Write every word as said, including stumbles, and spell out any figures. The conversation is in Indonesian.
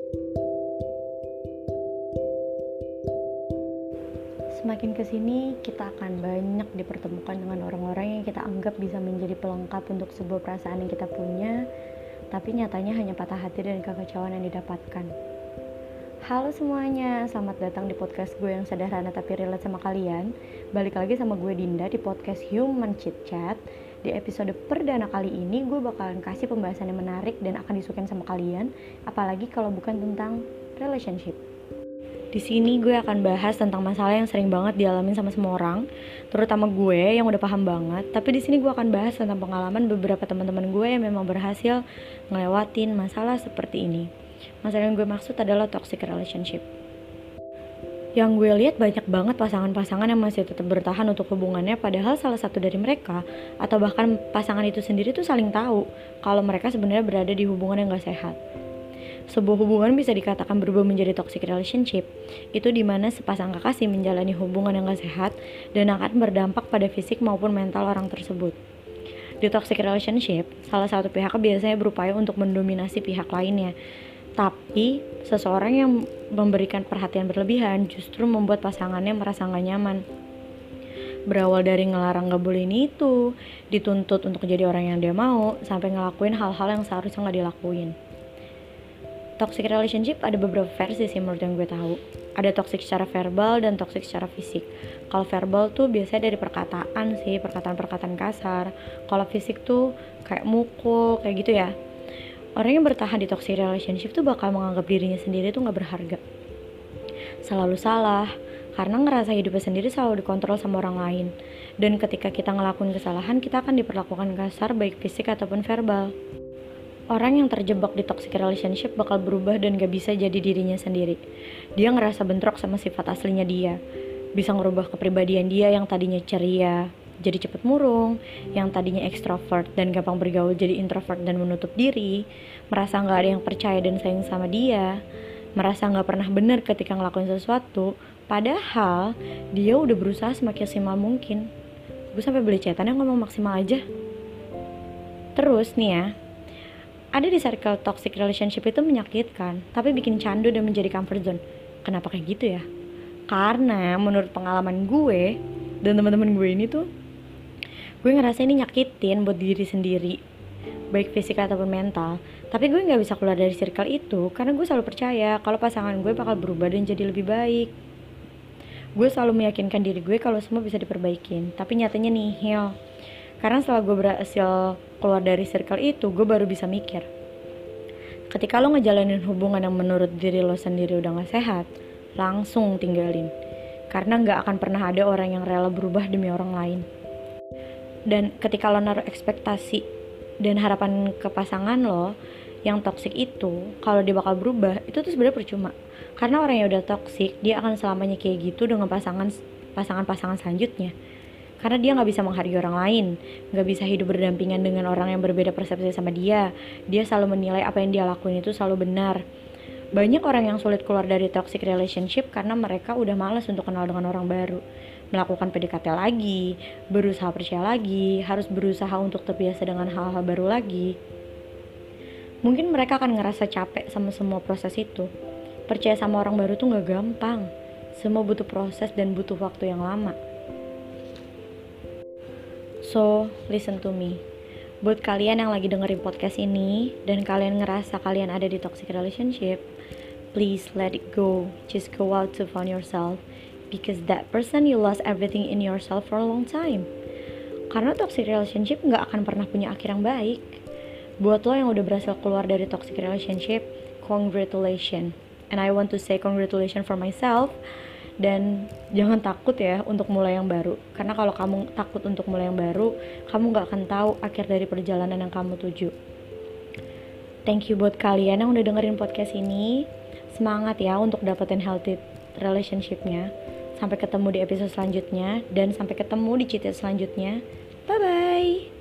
Semakin kesini, kita akan banyak dipertemukan dengan orang-orang yang kita anggap bisa menjadi pelengkap untuk sebuah perasaan yang kita punya, tapi nyatanya hanya patah hati dan kekecewaan yang didapatkan. Halo semuanya, selamat datang di podcast gue yang sederhana tapi relate sama kalian. Balik lagi sama gue Dinda di podcast Human Chit Chat. Di episode perdana kali ini gue bakalan kasih pembahasan yang menarik dan akan disukain sama kalian, apalagi kalau bukan tentang relationship. Di sini gue akan bahas tentang masalah yang sering banget dialamin sama semua orang, terutama gue yang udah paham banget. Tapi di sini gue akan bahas tentang pengalaman beberapa teman-teman gue yang memang berhasil ngelewatin masalah seperti ini. Masalah yang gue maksud adalah toxic relationship. Yang gue lihat banyak banget pasangan-pasangan yang masih tetap bertahan untuk hubungannya, padahal salah satu dari mereka atau bahkan pasangan itu sendiri tuh saling tahu kalau mereka sebenarnya berada di hubungan yang gak sehat. Sebuah hubungan bisa dikatakan berubah menjadi toxic relationship. Itu dimana sepasang kekasih menjalani hubungan yang gak sehat dan akan berdampak pada fisik maupun mental orang tersebut. Di toxic relationship, salah satu pihak biasanya berupaya untuk mendominasi pihak lainnya. Tapi, seseorang yang memberikan perhatian berlebihan justru membuat pasangannya merasa gak nyaman. Berawal dari ngelarang gak boleh ini itu, dituntut untuk jadi orang yang dia mau, sampai ngelakuin hal-hal yang seharusnya gak dilakuin. Toxic relationship ada beberapa versi sih menurut yang gue tahu. Ada toxic secara verbal dan toxic secara fisik. Kalau verbal tuh biasanya dari perkataan sih, perkataan-perkataan kasar. Kalau fisik tuh kayak mukul, kayak gitu ya. Orang yang bertahan di toxic relationship tuh bakal menganggap dirinya sendiri tuh gak berharga. Selalu salah, karena ngerasa hidupnya sendiri selalu dikontrol sama orang lain. Dan ketika kita ngelakuin kesalahan, kita akan diperlakukan kasar baik fisik ataupun verbal. Orang yang terjebak di toxic relationship bakal berubah dan gak bisa jadi dirinya sendiri. Dia ngerasa bentrok sama sifat aslinya dia. Bisa ngerubah kepribadian dia yang tadinya ceria jadi cepet murung, yang tadinya ekstrovert dan gampang bergaul jadi introvert dan menutup diri, merasa gak ada yang percaya dan sayang sama dia, merasa gak pernah benar ketika ngelakuin sesuatu, padahal dia udah berusaha semaksimal mungkin. Gue sampai beli cetannya ngomong maksimal aja. Terus nih ya, ada di circle toxic relationship itu menyakitkan, tapi bikin candu dan menjadi comfort zone. Kenapa kayak gitu ya? Karena menurut pengalaman gue dan teman-teman gue ini tuh, gue ngerasa ini nyakitin buat diri sendiri, baik fisik ataupun mental. Tapi gue nggak bisa keluar dari circle itu karena gue selalu percaya kalau pasangan gue bakal berubah dan jadi lebih baik. Gue selalu meyakinkan diri gue kalau semua bisa diperbaikin, tapi nyatanya nihil. Karena setelah gue berhasil keluar dari circle itu, gue baru bisa mikir. Ketika lo ngejalanin hubungan yang menurut diri lo sendiri udah gak sehat, langsung tinggalin. Karena gak akan pernah ada orang yang rela berubah demi orang lain. Dan ketika lo naruh ekspektasi dan harapan ke pasangan lo yang toksik itu, kalau dia bakal berubah, itu tuh sebenarnya percuma. Karena orang yang udah toksik, dia akan selamanya kayak gitu dengan pasangan pasangan-pasangan selanjutnya. Karena dia gak bisa menghargai orang lain, gak bisa hidup berdampingan dengan orang yang berbeda persepsi sama dia. Dia selalu menilai apa yang dia lakuin itu selalu benar. Banyak orang yang sulit keluar dari toxic relationship karena mereka udah malas untuk kenal dengan orang baru, melakukan P D K T lagi, berusaha percaya lagi, harus berusaha untuk terbiasa dengan hal-hal baru lagi. Mungkin mereka akan ngerasa capek sama semua proses itu. Percaya sama orang baru tuh gak gampang. Semua butuh proses dan butuh waktu yang lama. So, listen to me. Buat kalian yang lagi dengerin podcast ini dan kalian ngerasa kalian ada di toxic relationship, please let it go. Just go out to find yourself, because that person you lost everything in yourself for a long time. Karena toxic relationship gak akan pernah punya akhir yang baik. Buat lo yang udah berhasil keluar dari toxic relationship, congratulations. And I want to say congratulations for myself. Dan jangan takut ya untuk mulai yang baru. Karena kalau kamu takut untuk mulai yang baru, kamu gak akan tahu akhir dari perjalanan yang kamu tuju. Thank you buat kalian yang udah dengerin podcast ini. Semangat ya untuk dapetin healthy relationship-nya. Sampai ketemu di episode selanjutnya. Dan sampai ketemu di cheat selanjutnya. Bye-bye.